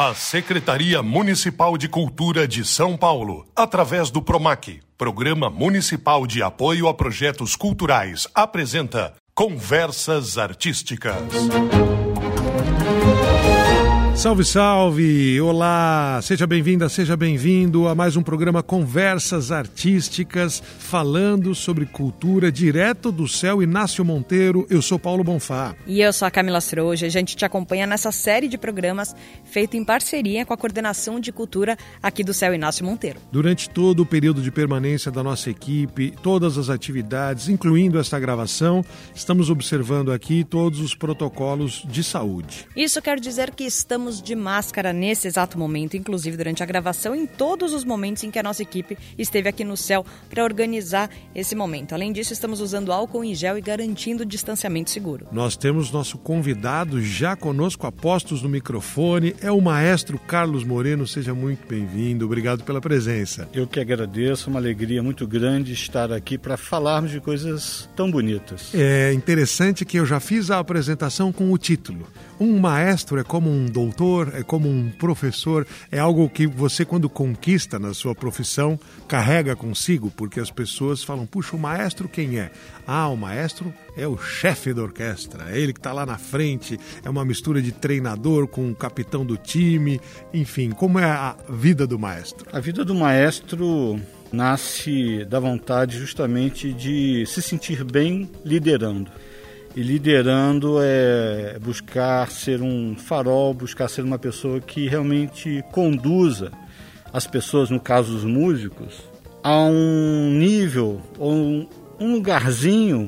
A Secretaria Municipal de Cultura de São Paulo, através do PROMAC, Programa Municipal de Apoio a Projetos Culturais, apresenta Conversas Artísticas. Salve, salve! Olá! Seja bem-vinda, seja bem-vindo a mais um programa Conversas Artísticas, falando sobre cultura direto do Céu Inácio Monteiro. Eu sou Paulo Bonfá. E eu sou a Camila Sroja. A gente te acompanha nessa série de programas feito em parceria com a Coordenação de Cultura aqui do Céu Inácio Monteiro. Durante todo o período de permanência da nossa equipe, todas as atividades, incluindo esta gravação, estamos observando aqui todos os protocolos de saúde. Isso quer dizer que estamos de máscara nesse exato momento, inclusive durante a gravação, em todos os momentos em que a nossa equipe esteve aqui no céu para organizar esse momento. Além disso, estamos usando álcool em gel e garantindo o distanciamento seguro. Nós temos nosso convidado já conosco, a postos no microfone, é o maestro Carlos Moreno. Seja muito bem-vindo, obrigado pela presença. Eu que agradeço, uma alegria muito grande estar aqui para falarmos de coisas tão bonitas. É interessante que eu já fiz a apresentação com o título. Um maestro é como um doutor, é como um professor, é algo que você, quando conquista na sua profissão, carrega consigo, porque as pessoas falam, puxa, o maestro quem é? Ah, o maestro é o chefe da orquestra, é ele que está lá na frente, é uma mistura de treinador com o capitão do time, enfim, como é a vida do maestro? A vida do maestro nasce da vontade justamente de se sentir bem liderando. E liderando é buscar ser um farol, buscar ser uma pessoa que realmente conduza as pessoas, no caso os músicos, a um nível ou um lugarzinho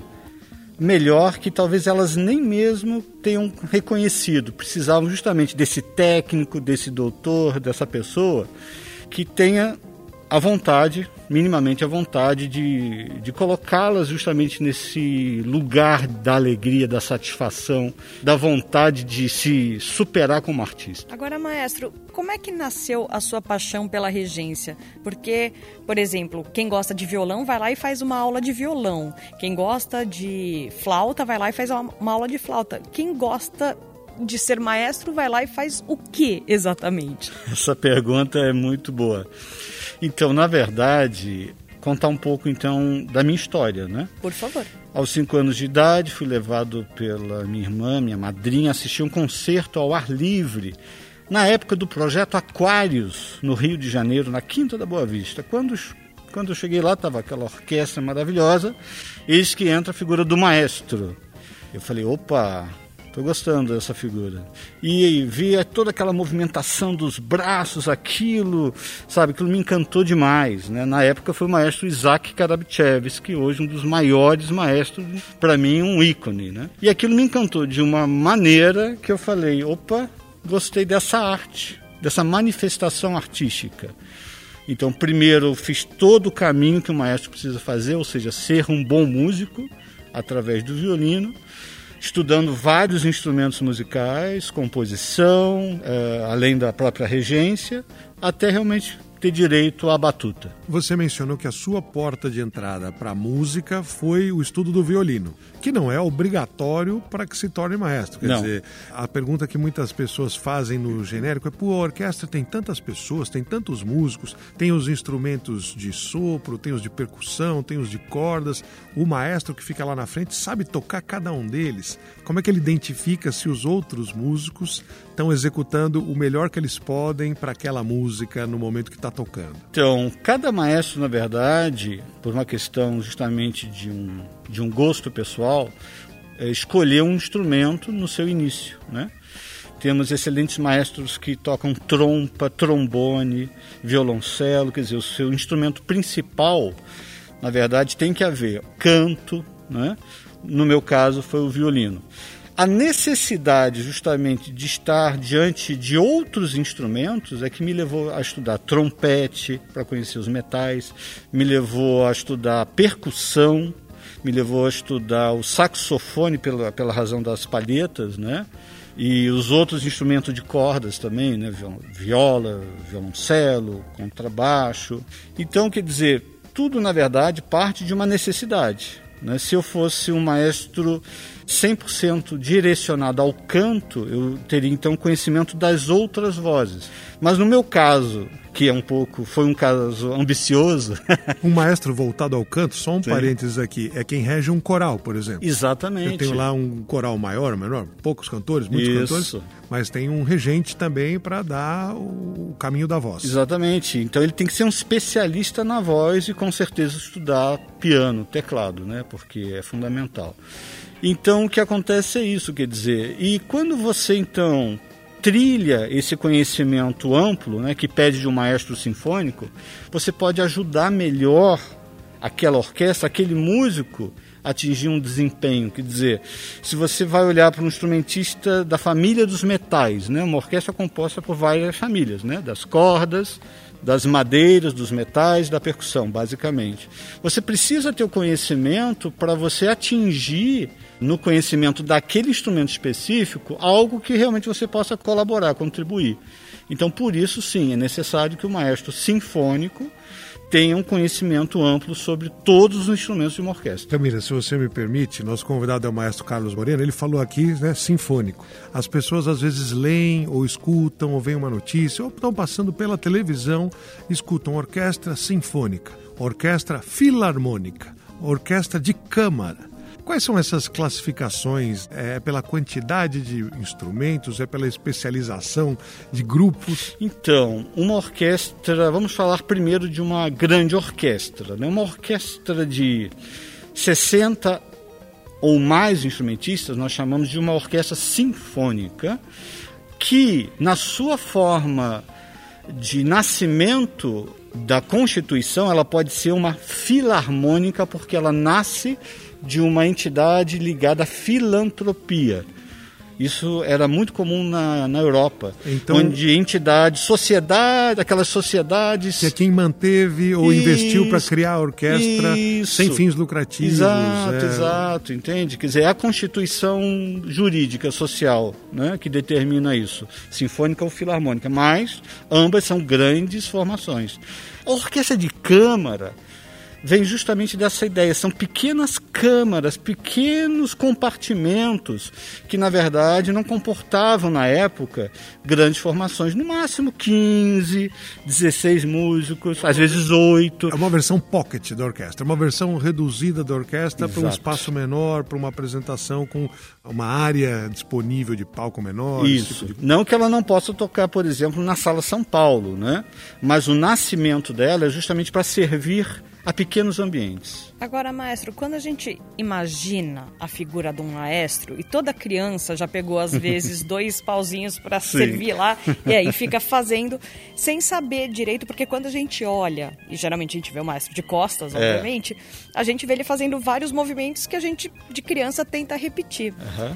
melhor que talvez elas nem mesmo tenham reconhecido. Precisavam justamente desse técnico, desse doutor, dessa pessoa que tenha a vontade, minimamente a vontade de colocá-las justamente nesse lugar da alegria, da satisfação, da vontade de se superar como artista. Agora, maestro, como é que nasceu a sua paixão pela regência? Porque, por exemplo, quem gosta de violão vai lá e faz uma aula de violão. Quem gosta de flauta vai lá e faz uma aula de flauta. Quem gosta de ser maestro vai lá e faz o que exatamente? Essa pergunta é muito boa. Então, na verdade, contar um pouco então da minha história, né? Por favor. Aos 5 anos de idade, fui levado pela minha irmã, minha madrinha, a assistir um concerto ao ar livre, na época do projeto Aquários, no Rio de Janeiro, na Quinta da Boa Vista. Quando eu cheguei lá, estava aquela orquestra maravilhosa, eis que entra a figura do maestro. Eu falei, opa, estou gostando dessa figura. E via toda aquela movimentação dos braços, aquilo me encantou demais, né? Na época foi o maestro Isaac Karabchevsky, hoje um dos maiores maestros, para mim um ícone, né? E aquilo me encantou de uma maneira que eu falei, opa, gostei dessa arte, dessa manifestação artística. Então, primeiro eu fiz todo o caminho que o maestro precisa fazer, ou seja, ser um bom músico através do violino, estudando vários instrumentos musicais, composição, além da própria regência, até realmente ter direito à batuta. Você mencionou que a sua porta de entrada para a música foi o estudo do violino, que não é obrigatório para que se torne maestro. Quer dizer, a pergunta que muitas pessoas fazem no genérico é, pô, a orquestra tem tantas pessoas, tem tantos músicos, tem os instrumentos de sopro, tem os de percussão, tem os de cordas, o maestro que fica lá na frente sabe tocar cada um deles. Como é que ele identifica se os outros músicos estão executando o melhor que eles podem para aquela música no momento que está tocando? Então, cada maestro, na verdade, por uma questão justamente de um gosto pessoal, escolheu um instrumento no seu início, né? Temos excelentes maestros que tocam trompa, trombone, violoncelo, quer dizer, o seu instrumento principal, na verdade, tem que haver canto, né? No meu caso, foi o violino. A necessidade justamente de estar diante de outros instrumentos é que me levou a estudar trompete, para conhecer os metais, me levou a estudar percussão, me levou a estudar o saxofone pela razão das palhetas, né? E os outros instrumentos de cordas também, né? Viola, violoncelo, contrabaixo. Então, quer dizer, tudo na verdade parte de uma necessidade, né? Se eu fosse um maestro 100% direcionado ao canto, eu teria então conhecimento das outras vozes. Mas no meu caso, que foi um caso ambicioso... Um maestro voltado ao canto, só um parênteses aqui, é quem rege um coral, por exemplo. Exatamente. Eu tenho lá um coral maior, menor, poucos cantores, muitos cantores, mas tem um regente também para dar o caminho da voz. Exatamente. Então ele tem que ser um especialista na voz e com certeza estudar piano, teclado, né? Porque é fundamental. Então o que acontece é isso, quer dizer, e quando você então trilha esse conhecimento amplo, né, que pede de um maestro sinfônico, você pode ajudar melhor aquela orquestra, aquele músico a atingir um desempenho. Quer dizer, se você vai olhar para um instrumentista da família dos metais, né, uma orquestra composta por várias famílias, né, das cordas, das madeiras, dos metais, da percussão, basicamente. Você precisa ter o conhecimento para você atingir, no conhecimento daquele instrumento específico, algo que realmente você possa colaborar, contribuir. Então, por isso, sim, é necessário que o maestro sinfônico tenha um conhecimento amplo sobre todos os instrumentos de uma orquestra. Camila, se você me permite, nosso convidado é o maestro Carlos Moreno, ele falou aqui, né, sinfônico. As pessoas às vezes leem ou escutam ou veem uma notícia ou estão passando pela televisão, escutam orquestra sinfônica, orquestra filarmônica, orquestra de câmara. Quais são essas classificações? É pela quantidade de instrumentos? É pela especialização de grupos? Então, uma orquestra... Vamos falar primeiro de uma grande orquestra, né? Uma orquestra de 60 ou mais instrumentistas, nós chamamos de uma orquestra sinfônica, que, na sua forma de nascimento da Constituição, ela pode ser uma filarmônica, porque ela nasce de uma entidade ligada à filantropia. Isso era muito comum na Europa, então, onde entidades, sociedade, aquelas sociedades... Que é quem manteve ou investiu para criar a orquestra sem fins lucrativos. Exato, entende? Quer dizer, é a Constituição jurídica, social, né, que determina isso, sinfônica ou filarmônica, mas ambas são grandes formações. A orquestra de câmara vem justamente dessa ideia. São pequenas câmaras, pequenos compartimentos que, na verdade, não comportavam, na época, grandes formações. No máximo 15, 16 músicos, às vezes 8. É uma versão pocket da orquestra, uma versão reduzida da orquestra para um espaço menor, para uma apresentação com uma área disponível de palco menor. Isso. Tipo de... Não que ela não possa tocar, por exemplo, na Sala São Paulo, né? Mas o nascimento dela é justamente para servir a pequenos ambientes. Agora, maestro, quando a gente imagina a figura de um maestro, e toda criança já pegou, às vezes, 2 pauzinhos para servir lá, e aí fica fazendo, sem saber direito, porque quando a gente olha, e geralmente a gente vê o maestro de costas, obviamente, a gente vê ele fazendo vários movimentos que a gente, de criança, tenta repetir.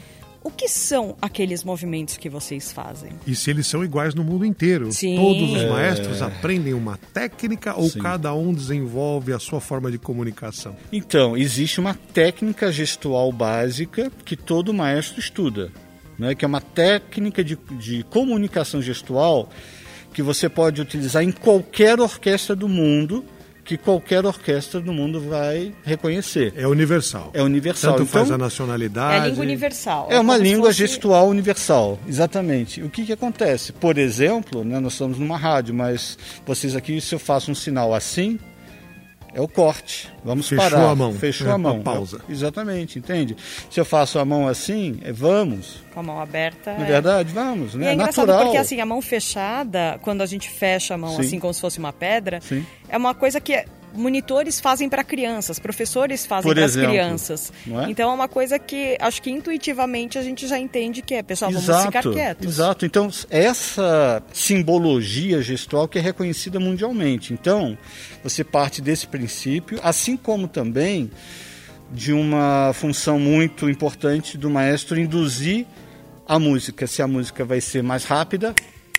O que são aqueles movimentos que vocês fazem? E se eles são iguais no mundo inteiro? Sim. Todos os maestros aprendem uma técnica ou cada um desenvolve a sua forma de comunicação? Então, existe uma técnica gestual básica que todo maestro estuda, né? Que é uma técnica de comunicação gestual que você pode utilizar em qualquer orquestra do mundo, que qualquer orquestra do mundo vai reconhecer. É universal. É universal. Tanto então, faz a nacionalidade... É a língua universal. É uma língua gestual universal, exatamente. O que acontece? Por exemplo, né, nós estamos numa rádio, mas vocês aqui, se eu faço um sinal assim, é o corte. Vamos parar. Fechou a mão. Fechou a mão. Pausa. Exatamente, entende? Se eu faço a mão assim, vamos. Com a mão aberta. Na verdade, vamos, né? E é engraçado natural. porque assim, a mão fechada, quando a gente fecha a mão assim como se fosse uma pedra, é uma coisa que monitores fazem para crianças, professores fazem para as crianças. Não é? Então é uma coisa que acho que intuitivamente a gente já entende que é, pessoal, vamos ficar quietos. Exato. Então essa simbologia gestual que é reconhecida mundialmente. Então você parte desse princípio, assim como também de uma função muito importante do maestro induzir a música, se a música vai ser mais rápida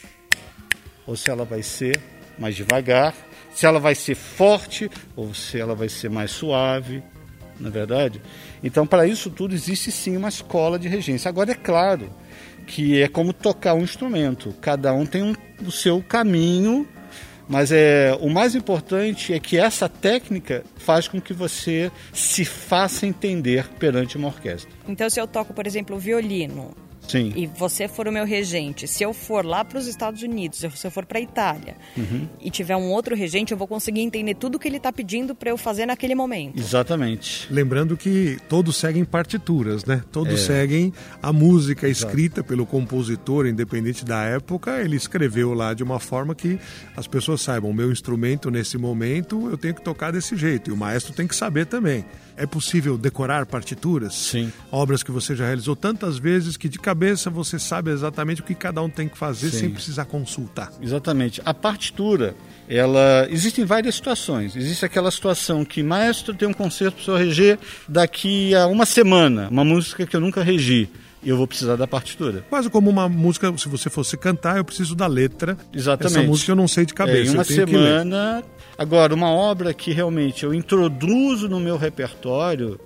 ou se ela vai ser mais devagar, se ela vai ser forte ou se ela vai ser mais suave, na verdade. Então, para isso tudo, existe sim uma escola de regência. Agora, é claro que é como tocar um instrumento. Cada um tem o seu caminho Mas o mais importante é que essa técnica faz com que você se faça entender perante uma orquestra. Então, se eu toco, por exemplo, o violino, sim, e você for o meu regente, se eu for lá para os Estados Unidos, se eu for para a Itália, e tiver um outro regente, eu vou conseguir entender tudo o que ele está pedindo para eu fazer naquele momento. Exatamente. Lembrando que todos seguem partituras, né? Todos seguem a música escrita pelo compositor, independente da época. Ele escreveu lá de uma forma que as pessoas saibam, o meu instrumento nesse momento eu tenho que tocar desse jeito, e o maestro tem que saber também. É possível decorar partituras? Sim. Obras que você já realizou tantas vezes que de cabeça você sabe exatamente o que cada um tem que fazer, sim, sem precisar consultar. Exatamente. A partitura, existem várias situações. Existe aquela situação que, maestro, tem um concerto para o senhor reger daqui a uma semana, uma música que eu nunca regi. E eu vou precisar da partitura. Quase como uma música, se você fosse cantar, eu preciso da letra. Exatamente. Essa música eu não sei de cabeça. Em uma semana. Agora, uma obra que realmente eu introduzo no meu repertório,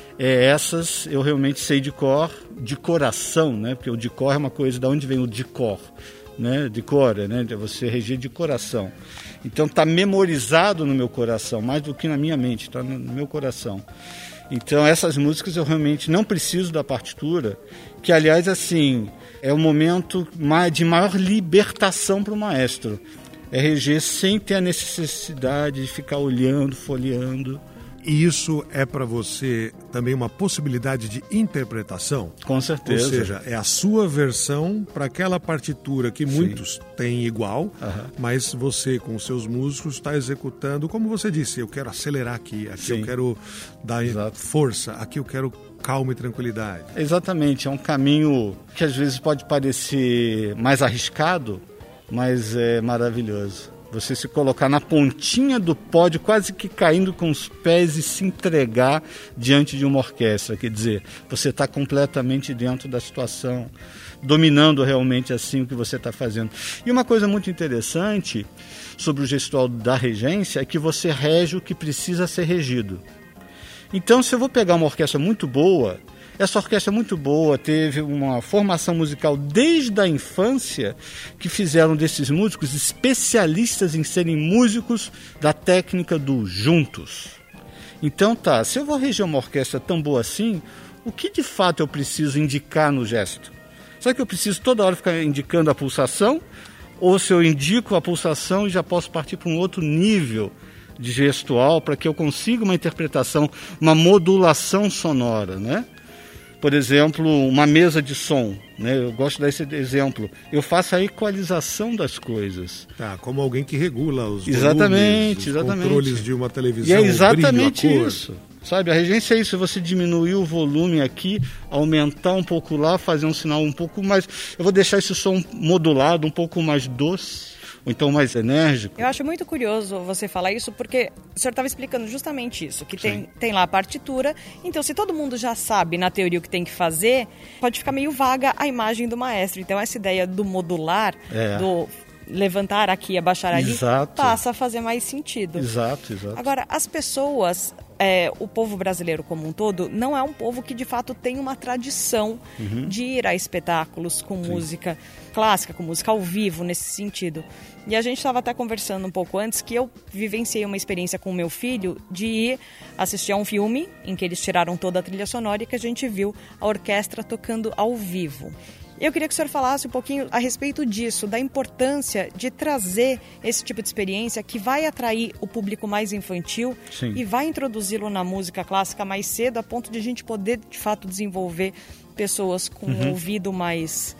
essas eu realmente sei de cor, de coração, né? Porque o de cor é uma coisa, da onde vem o de cor, né? De cor, né? Você reger de coração. Então está memorizado no meu coração, mais do que na minha mente, está no meu coração. Então essas músicas eu realmente não preciso da partitura, que aliás assim é o momento de maior libertação para o maestro. É reger sem ter a necessidade de ficar olhando, folheando. E isso é para você também uma possibilidade de interpretação? Com certeza. Ou seja, é a sua versão para aquela partitura que muitos têm igual, mas você com os seus músicos está executando, como você disse, eu quero acelerar aqui eu quero dar força, aqui eu quero calma e tranquilidade. Exatamente, é um caminho que às vezes pode parecer mais arriscado, mas é maravilhoso. Você se colocar na pontinha do pódio, quase que caindo com os pés e se entregar diante de uma orquestra. Quer dizer, você está completamente dentro da situação, dominando realmente assim o que você está fazendo. E uma coisa muito interessante sobre o gestual da regência é que você rege o que precisa ser regido. Então, se eu vou pegar uma orquestra muito boa, essa orquestra muito boa teve uma formação musical desde a infância que fizeram desses músicos especialistas em serem músicos da técnica do juntos. Então se eu vou reger uma orquestra tão boa assim, o que de fato eu preciso indicar no gesto? Será que eu preciso toda hora ficar indicando a pulsação? Ou se eu indico a pulsação e já posso partir para um outro nível de gestual para que eu consiga uma interpretação, uma modulação sonora, né? Por exemplo, uma mesa de som, né? Eu gosto desse exemplo. Eu faço a equalização das coisas. Como alguém que regula os volumes, os controles de uma televisão. E é exatamente isso. Sabe, a regência é isso, você diminuir o volume aqui, aumentar um pouco lá, fazer um sinal um pouco mais... Eu vou deixar esse som modulado, um pouco mais doce, ou então mais enérgico. Eu acho muito curioso você falar isso, porque o senhor estava explicando justamente isso, que tem lá a partitura, então se todo mundo já sabe na teoria o que tem que fazer, pode ficar meio vaga a imagem do maestro. Então essa ideia do modular, do levantar aqui, abaixar ali, passa a fazer mais sentido. Exato. Agora, as pessoas... o povo brasileiro como um todo não é um povo que de fato tem uma tradição de ir a espetáculos com música clássica, com música ao vivo nesse sentido. E a gente estava até conversando um pouco antes que eu vivenciei uma experiência com o meu filho de ir assistir a um filme em que eles tiraram toda a trilha sonora e que a gente viu a orquestra tocando ao vivo. Eu queria que o senhor falasse um pouquinho a respeito disso, da importância de trazer esse tipo de experiência que vai atrair o público mais infantil e vai introduzi-lo na música clássica mais cedo, a ponto de a gente poder, de fato, desenvolver pessoas com um ouvido mais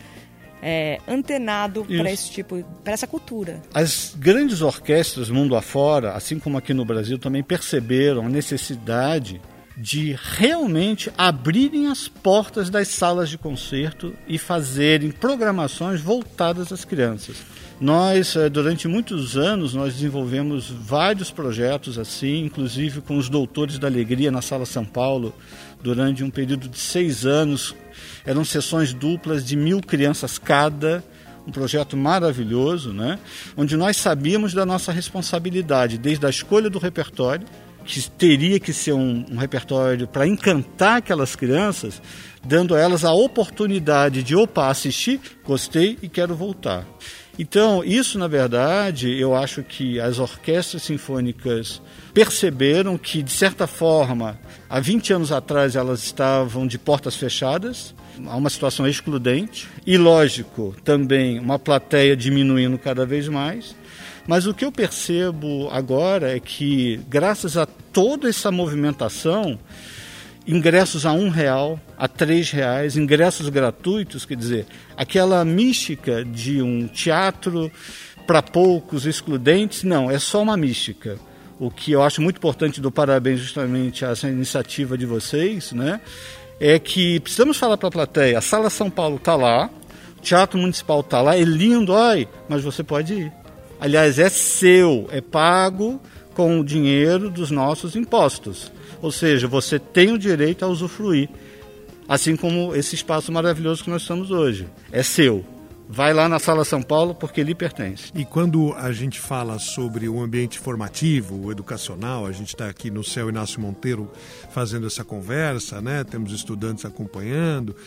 antenado para esse tipo, para essa cultura. As grandes orquestras mundo afora, assim como aqui no Brasil, também perceberam a necessidade de realmente abrirem as portas das salas de concerto e fazerem programações voltadas às crianças. Nós, durante muitos anos, nós desenvolvemos vários projetos assim, inclusive com os Doutores da Alegria na Sala São Paulo, durante um período de 6 anos. Eram sessões duplas de 1.000 crianças cada, um projeto maravilhoso, né? Onde nós sabíamos da nossa responsabilidade, desde a escolha do repertório, que teria que ser um repertório para encantar aquelas crianças, dando a elas a oportunidade de, assistir, gostei e quero voltar. Então, isso, na verdade, eu acho que as orquestras sinfônicas perceberam que, de certa forma, há 20 anos atrás elas estavam de portas fechadas, há uma situação excludente, e, lógico, também uma plateia diminuindo cada vez mais. Mas o que eu percebo agora é que, graças a toda essa movimentação, ingressos a R$1, a R$3, ingressos gratuitos, quer dizer, aquela mística de um teatro para poucos, excludentes, não, é só uma mística. O que eu acho muito importante, dou parabéns justamente a essa iniciativa de vocês, né, é que precisamos falar para a plateia, a Sala São Paulo está lá, o Teatro Municipal está lá, é lindo, mas você pode ir. Aliás, é seu, é pago com o dinheiro dos nossos impostos. Ou seja, você tem o direito a usufruir, assim como esse espaço maravilhoso que nós estamos hoje. É seu. Vai lá na Sala São Paulo porque lhe pertence. E quando a gente fala sobre o ambiente formativo, o educacional, a gente está aqui no CEL Inácio Monteiro fazendo essa conversa, né? Temos estudantes acompanhando.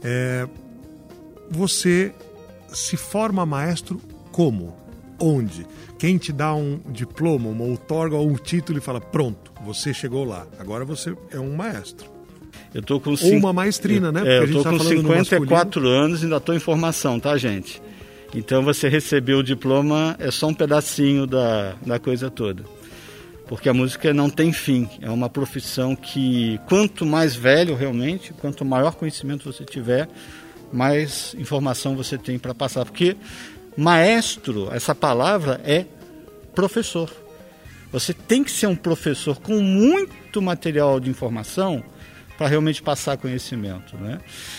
Você se forma maestro como? Onde? Quem te dá um diploma, uma outorga ou um título e fala, pronto, você chegou lá, agora você é um maestro. Eu tô com ou uma maestrina, né? Porque eu estou com 54 anos e ainda estou em formação, tá, gente? Então você recebeu o diploma, é só um pedacinho da coisa toda. Porque a música não tem fim, é uma profissão que quanto mais velho realmente, quanto maior conhecimento você tiver, mais informação você tem para passar. Porque maestro, essa palavra é professor. Você tem que ser um professor com muito material de informação para realmente passar conhecimento, né?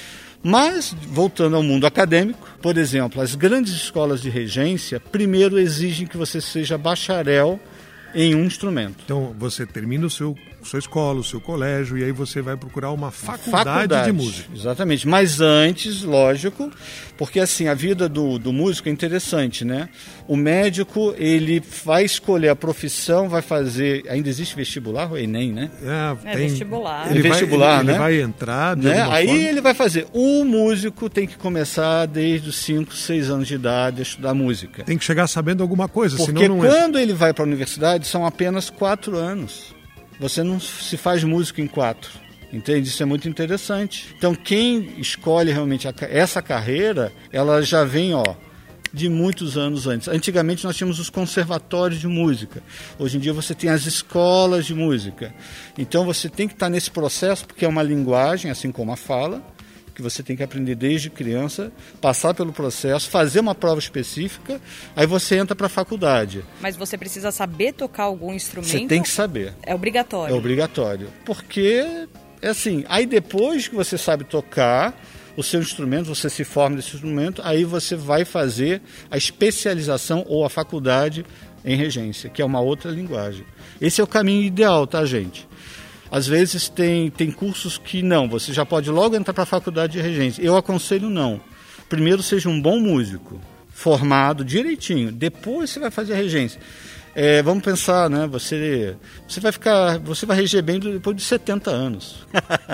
Mas, voltando ao mundo acadêmico, por exemplo, as grandes escolas de regência primeiro exigem que você seja bacharel em um instrumento. Então, você termina sua escola, o seu colégio, e aí você vai procurar uma faculdade de música. Exatamente, mas antes, lógico, porque assim, a vida do músico é interessante, né? O médico, ele vai escolher a profissão, vai fazer, ainda existe vestibular, o Enem, né? Tem vestibular. Ele vai entrar, de né? Aí forma. Ele vai fazer. O músico tem que começar desde os 5, 6 anos de idade a estudar música. Tem que chegar sabendo alguma coisa, porque senão não quando ele vai para a universidade, são apenas 4 anos. Você não se faz músico em 4, entende? Isso é muito interessante. Então, quem escolhe realmente essa carreira, ela já vem, de muitos anos antes. Antigamente, nós tínhamos os conservatórios de música. Hoje em dia, você tem as escolas de música. Então, você tem que estar nesse processo, porque é uma linguagem, assim como a fala, que você tem que aprender desde criança, passar pelo processo, fazer uma prova específica, aí você entra para a faculdade. Mas você precisa saber tocar algum instrumento? Você tem que saber. É obrigatório? É obrigatório. Porque, assim, aí depois que você sabe tocar o seu instrumento, você se forma desse instrumento, aí você vai fazer a especialização ou a faculdade em regência, que é uma outra linguagem. Esse é o caminho ideal, tá, gente? Às vezes tem cursos que não, você já pode logo entrar para a faculdade de regência. Eu aconselho não. Primeiro seja um bom músico, formado direitinho, depois você vai fazer a regência. Vamos pensar, né? Você vai reger bem depois de 70 anos.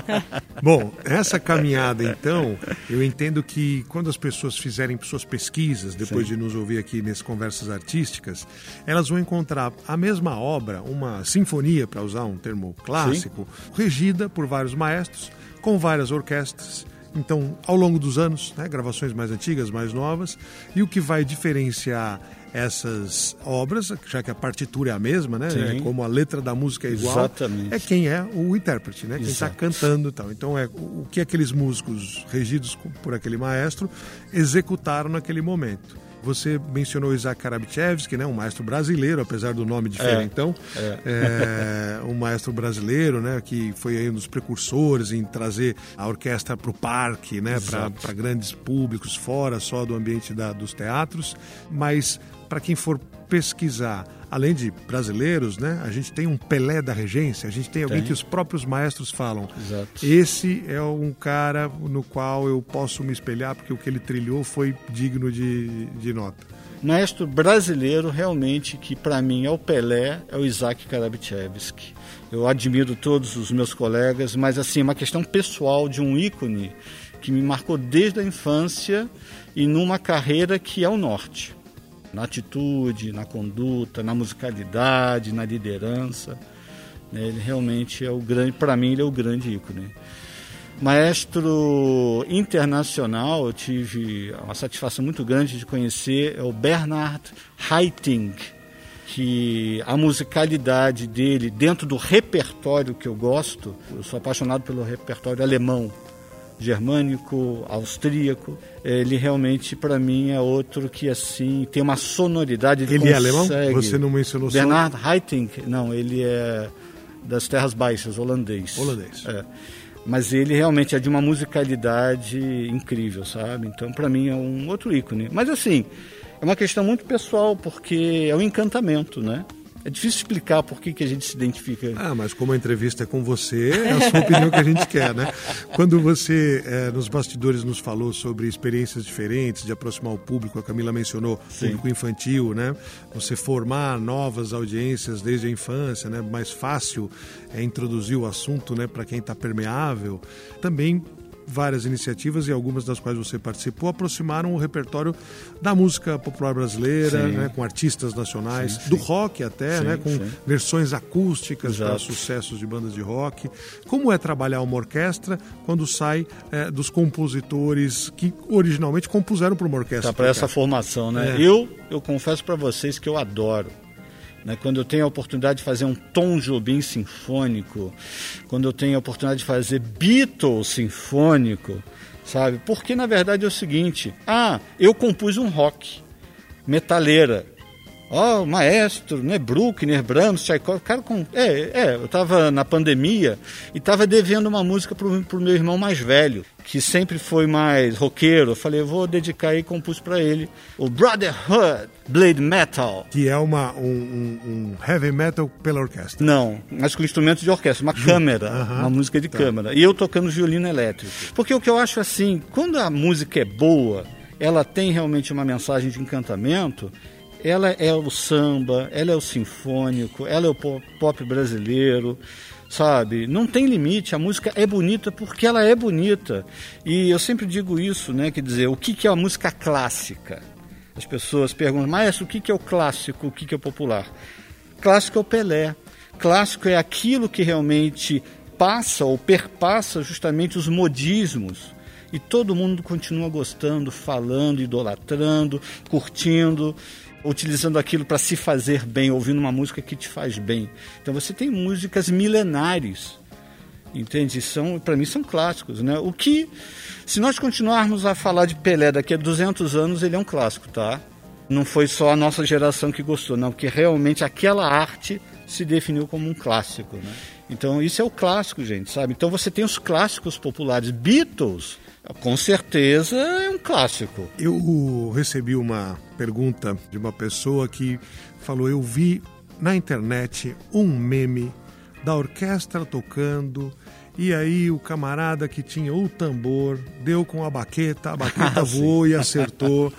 Bom, essa caminhada, então, eu entendo que quando as pessoas fizerem suas pesquisas, depois de nos ouvir aqui nessas conversas artísticas, elas vão encontrar a mesma obra, uma sinfonia, para usar um termo clássico, regida por vários maestros, com várias orquestras. Então, ao longo dos anos, né, gravações mais antigas, mais novas, e o que vai diferenciar essas obras, já que a partitura é a mesma, né? Como a letra da música é igual, exatamente, é quem é o intérprete, né? Quem está cantando e tal. Então, o que aqueles músicos regidos por aquele maestro executaram naquele momento. Você mencionou Isaac Karabchevsky, né? Um maestro brasileiro, apesar do nome diferentão. Um maestro brasileiro, né? Que foi aí um dos precursores em trazer a orquestra para o parque, né? Para grandes públicos, fora só do ambiente dos teatros. Mas, para quem for pesquisar, além de brasileiros, né, a gente tem um Pelé da regência, a gente tem alguém que os próprios maestros falam. Exato. Esse é um cara no qual eu posso me espelhar, porque o que ele trilhou foi digno de nota. Maestro brasileiro, realmente, que para mim é o Pelé, é o Isaac Karabchevsky. Eu admiro todos os meus colegas, mas assim, uma questão pessoal de um ícone que me marcou desde a infância e numa carreira que é o norte. na atitude, na conduta, na musicalidade, na liderança. Ele realmente é o grande, para mim ele é o grande ícone. Maestro internacional, eu tive uma satisfação muito grande de conhecer, é o Bernhard Haitink, que a musicalidade dele, dentro do repertório que eu gosto, eu sou apaixonado pelo repertório alemão, germânico, austríaco, ele realmente, para mim, é outro que, assim, tem uma sonoridade... Ele é alemão? Você não mencionou só... Bernhard Haitink, não, ele é das Terras Baixas, holandês. É. Mas ele realmente é de uma musicalidade incrível, sabe? Então, para mim, é um outro ícone. Mas, assim, é uma questão muito pessoal, porque é um encantamento, né? É difícil explicar por que a gente se identifica. Mas como a entrevista é com você, é a sua opinião que a gente quer, né? Quando você, nos bastidores, nos falou sobre experiências diferentes, de aproximar o público, a Camila mencionou, público infantil, né? Você formar novas audiências desde a infância, né? Mais fácil é introduzir o assunto, né? Para quem está permeável. Também várias iniciativas, e algumas das quais você participou, aproximaram o repertório da música popular brasileira, né, com artistas nacionais, do rock até, né, com versões acústicas para sucessos de bandas de rock. Como é trabalhar uma orquestra quando sai dos compositores que originalmente compuseram para uma orquestra? Para essa formação, né? Eu confesso para vocês que eu adoro. Quando eu tenho a oportunidade de fazer um Tom Jobim sinfônico, quando eu tenho a oportunidade de fazer Beatles sinfônico, sabe? Porque, na verdade, é o seguinte, eu compus um rock, metaleira, maestro, né? Bruckner, Brahms, Tchaikovsky, cara, eu estava na pandemia e estava devendo uma música pro meu irmão mais velho, que sempre foi mais roqueiro. Eu falei, eu vou dedicar e compus para ele o Brotherhood Blade Metal. Que é um heavy metal pela orquestra. Não, mas com instrumento de orquestra, uma câmera, uma música de câmera. E eu tocando violino elétrico. Porque o que eu acho assim, quando a música é boa, ela tem realmente uma mensagem de encantamento, ela é o samba, ela é o sinfônico, ela é o pop brasileiro, sabe? Não tem limite, a música é bonita porque ela é bonita. E eu sempre digo isso, né? Quer dizer, o que é a música clássica? As pessoas perguntam, maestro, o que é o clássico, o que é o popular? Clássico é o Pelé. Clássico é aquilo que realmente passa ou perpassa justamente os modismos. E todo mundo continua gostando, falando, idolatrando, curtindo, utilizando aquilo para se fazer bem, ouvindo uma música que te faz bem. Então você tem músicas milenares, entende? Para mim são clássicos, né? O que, se nós continuarmos a falar de Pelé daqui a 200 anos, ele é um clássico, tá? Não foi só a nossa geração que gostou, não, porque realmente aquela arte se definiu como um clássico, né? Então isso é o clássico, gente, sabe? Então você tem os clássicos populares. Beatles, com certeza, é um clássico. Eu recebi uma pergunta de uma pessoa que falou, eu vi na internet um meme da orquestra tocando, e aí o camarada que tinha o tambor deu com a baqueta voou e acertou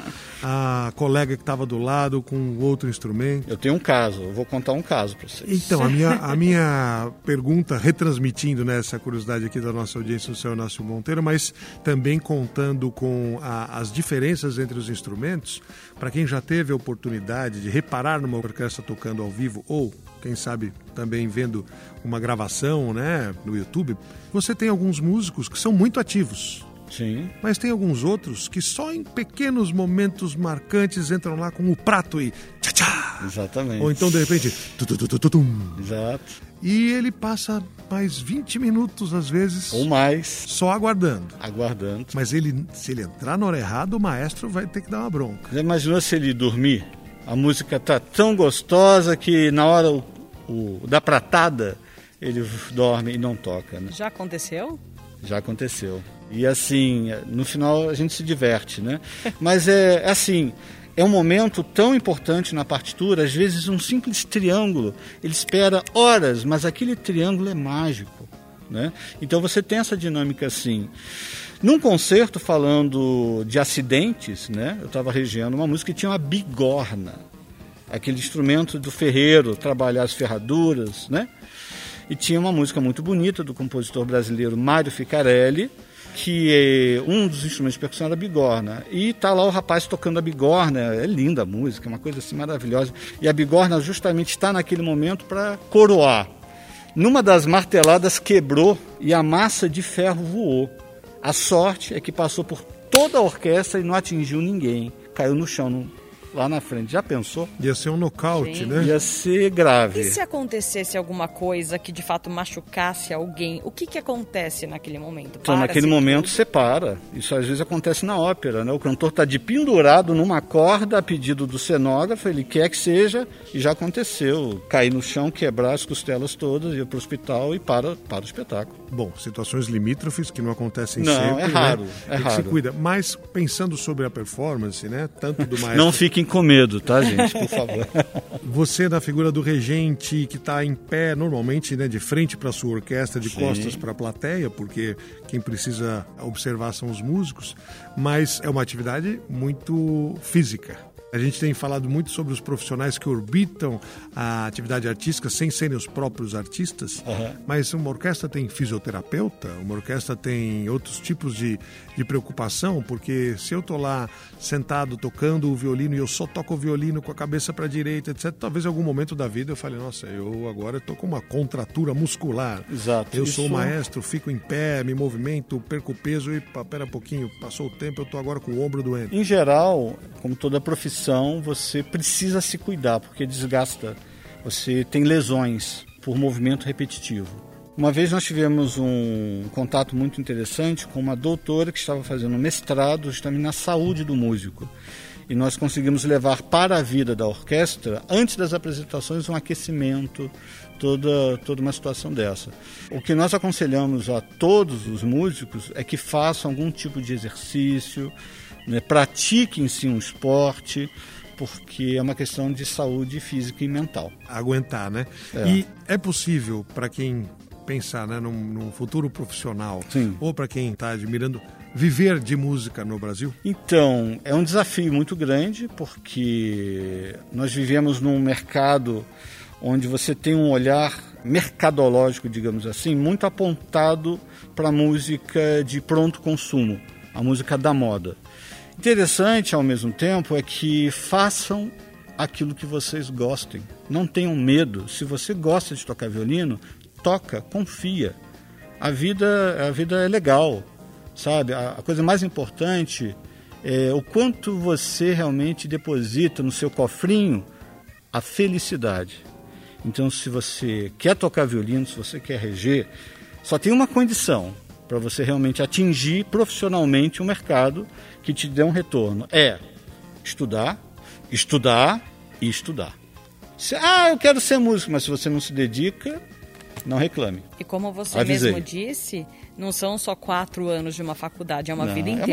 a colega que estava do lado com outro instrumento. Eu tenho um caso, eu vou contar um caso para vocês. Então, a minha pergunta, retransmitindo essa curiosidade aqui da nossa audiência, o seu Inácio Monteiro, mas também contando com as diferenças entre os instrumentos, para quem já teve a oportunidade de reparar numa orquestra tocando ao vivo, ou quem sabe também vendo uma gravação, né, no YouTube, você tem alguns músicos que são muito ativos. Sim. Mas tem alguns outros que só em pequenos momentos marcantes entram lá com o prato e tchá-tchá. Exatamente. Ou então, de repente, tu-tu-tu-tu-tum. Exato. E ele passa mais 20 minutos, às vezes... Ou mais. Só aguardando. Aguardando. Mas se ele entrar na hora errada, o maestro vai ter que dar uma bronca. Já imaginou se ele dormir? A música tá tão gostosa que na hora da pratada ele dorme e não toca, né? Já aconteceu? Já aconteceu. E assim, no final a gente se diverte, né? Mas é assim, é um momento tão importante na partitura, às vezes um simples triângulo, ele espera horas, mas aquele triângulo é mágico, né? Então você tem essa dinâmica assim. Num concerto, falando de acidentes, né? Eu estava regendo uma música que tinha uma bigorna, aquele instrumento do ferreiro, trabalhar as ferraduras, né? E tinha uma música muito bonita do compositor brasileiro Mário Ficarelli, que um dos instrumentos de percussão era a bigorna. E tá lá o rapaz tocando a bigorna, é linda a música, é uma coisa assim maravilhosa. E a bigorna justamente está naquele momento para coroar. Numa das marteladas quebrou e a massa de ferro voou. A sorte é que passou por toda a orquestra e não atingiu ninguém. Caiu no chão, lá na frente. Já pensou? Ia ser um nocaute, né? Ia ser grave. E se acontecesse alguma coisa que de fato machucasse alguém, o que acontece naquele momento? Então, naquele momento você para. Isso às vezes acontece na ópera, né? O cantor está de pendurado numa corda a pedido do cenógrafo, ele quer que seja, e já aconteceu. Cair no chão, quebrar as costelas todas, ir para o hospital e para o espetáculo. Bom, situações limítrofes que não acontecem não, sempre. É raro, né? É raro. Que se cuida. Mas pensando sobre a performance, né? Tanto do maestro... Não fiquem com medo, tá, gente? Por favor. Você, na figura do regente, que está em pé, normalmente, né, de frente para a sua orquestra, de costas para a plateia, porque quem precisa observar são os músicos, mas é uma atividade muito física. A gente tem falado muito sobre os profissionais que orbitam a atividade artística sem serem os próprios artistas, mas uma orquestra tem fisioterapeuta, uma orquestra tem outros tipos de preocupação, porque se eu estou lá sentado tocando o violino e eu só toco o violino com a cabeça para a direita, etc., talvez em algum momento da vida eu fale, nossa, eu agora estou com uma contratura muscular. Exato. Eu sou maestro, fico em pé, me movimento, perco peso e, pera um pouquinho, passou o tempo, eu estou agora com o ombro doente. Em geral, como toda profissão, você precisa se cuidar, porque desgasta. Você tem lesões por movimento repetitivo. Uma vez nós tivemos um contato muito interessante com uma doutora que estava fazendo um mestrado justamente na saúde do músico. E nós conseguimos levar para a vida da orquestra, antes das apresentações, um aquecimento, toda uma situação dessa. O que nós aconselhamos a todos os músicos é que façam algum tipo de exercício, né, pratiquem sim um esporte, porque é uma questão de saúde física e mental. Aguentar, né? E é possível para quem pensar, né, num futuro profissional, sim, ou para quem está admirando, viver de música no Brasil? Então, é um desafio muito grande, porque nós vivemos num mercado onde você tem um olhar mercadológico, digamos assim, muito apontado para a música de pronto consumo, a música da moda. Interessante, ao mesmo tempo, é que façam aquilo que vocês gostem. Não tenham medo. Se você gosta de tocar violino, toca, confia. A vida é legal, sabe? A coisa mais importante é o quanto você realmente deposita no seu cofrinho a felicidade. Então, se você quer tocar violino, se você quer reger, só tem uma condição para você realmente atingir profissionalmente um mercado que te dê um retorno. É estudar, estudar e estudar. Eu quero ser músico, mas se você não se dedica, não reclame. E como você mesmo disse, não são só 4 anos de uma faculdade, é uma vida inteira. É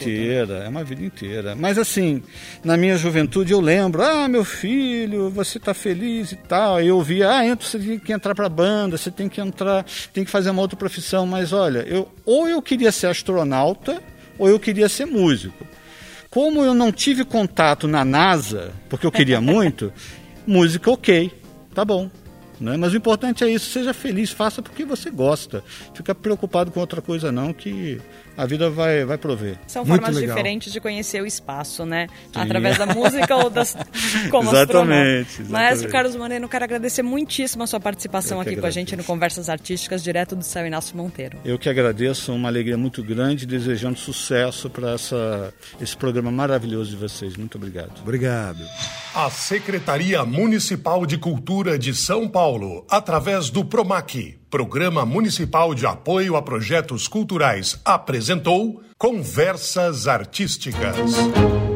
uma vida inteira. Mas assim, na minha juventude eu lembro, meu filho, você está feliz e tal. Eu ouvia, você tem que entrar para a banda, você tem que fazer uma outra profissão. Mas olha, ou eu queria ser astronauta, ou eu queria ser músico. Como eu não tive contato na NASA, porque eu queria muito, música ok, tá bom. Né? Mas o importante é isso, seja feliz, faça porque você gosta. Fica preocupado com outra coisa não, que a vida vai prover. São formas diferentes de conhecer o espaço, né? Sim. Através da música ou como exatamente. Maestro Carlos Moreno, quero agradecer muitíssimo a sua participação aqui com a gente no Conversas Artísticas, direto do Céu Inácio Monteiro. Eu que agradeço, uma alegria muito grande, desejando sucesso para esse programa maravilhoso de vocês. Muito obrigado. Obrigado. A Secretaria Municipal de Cultura de São Paulo, através do PROMAC, Programa Municipal de Apoio a Projetos Culturais, apresentou Conversas Artísticas.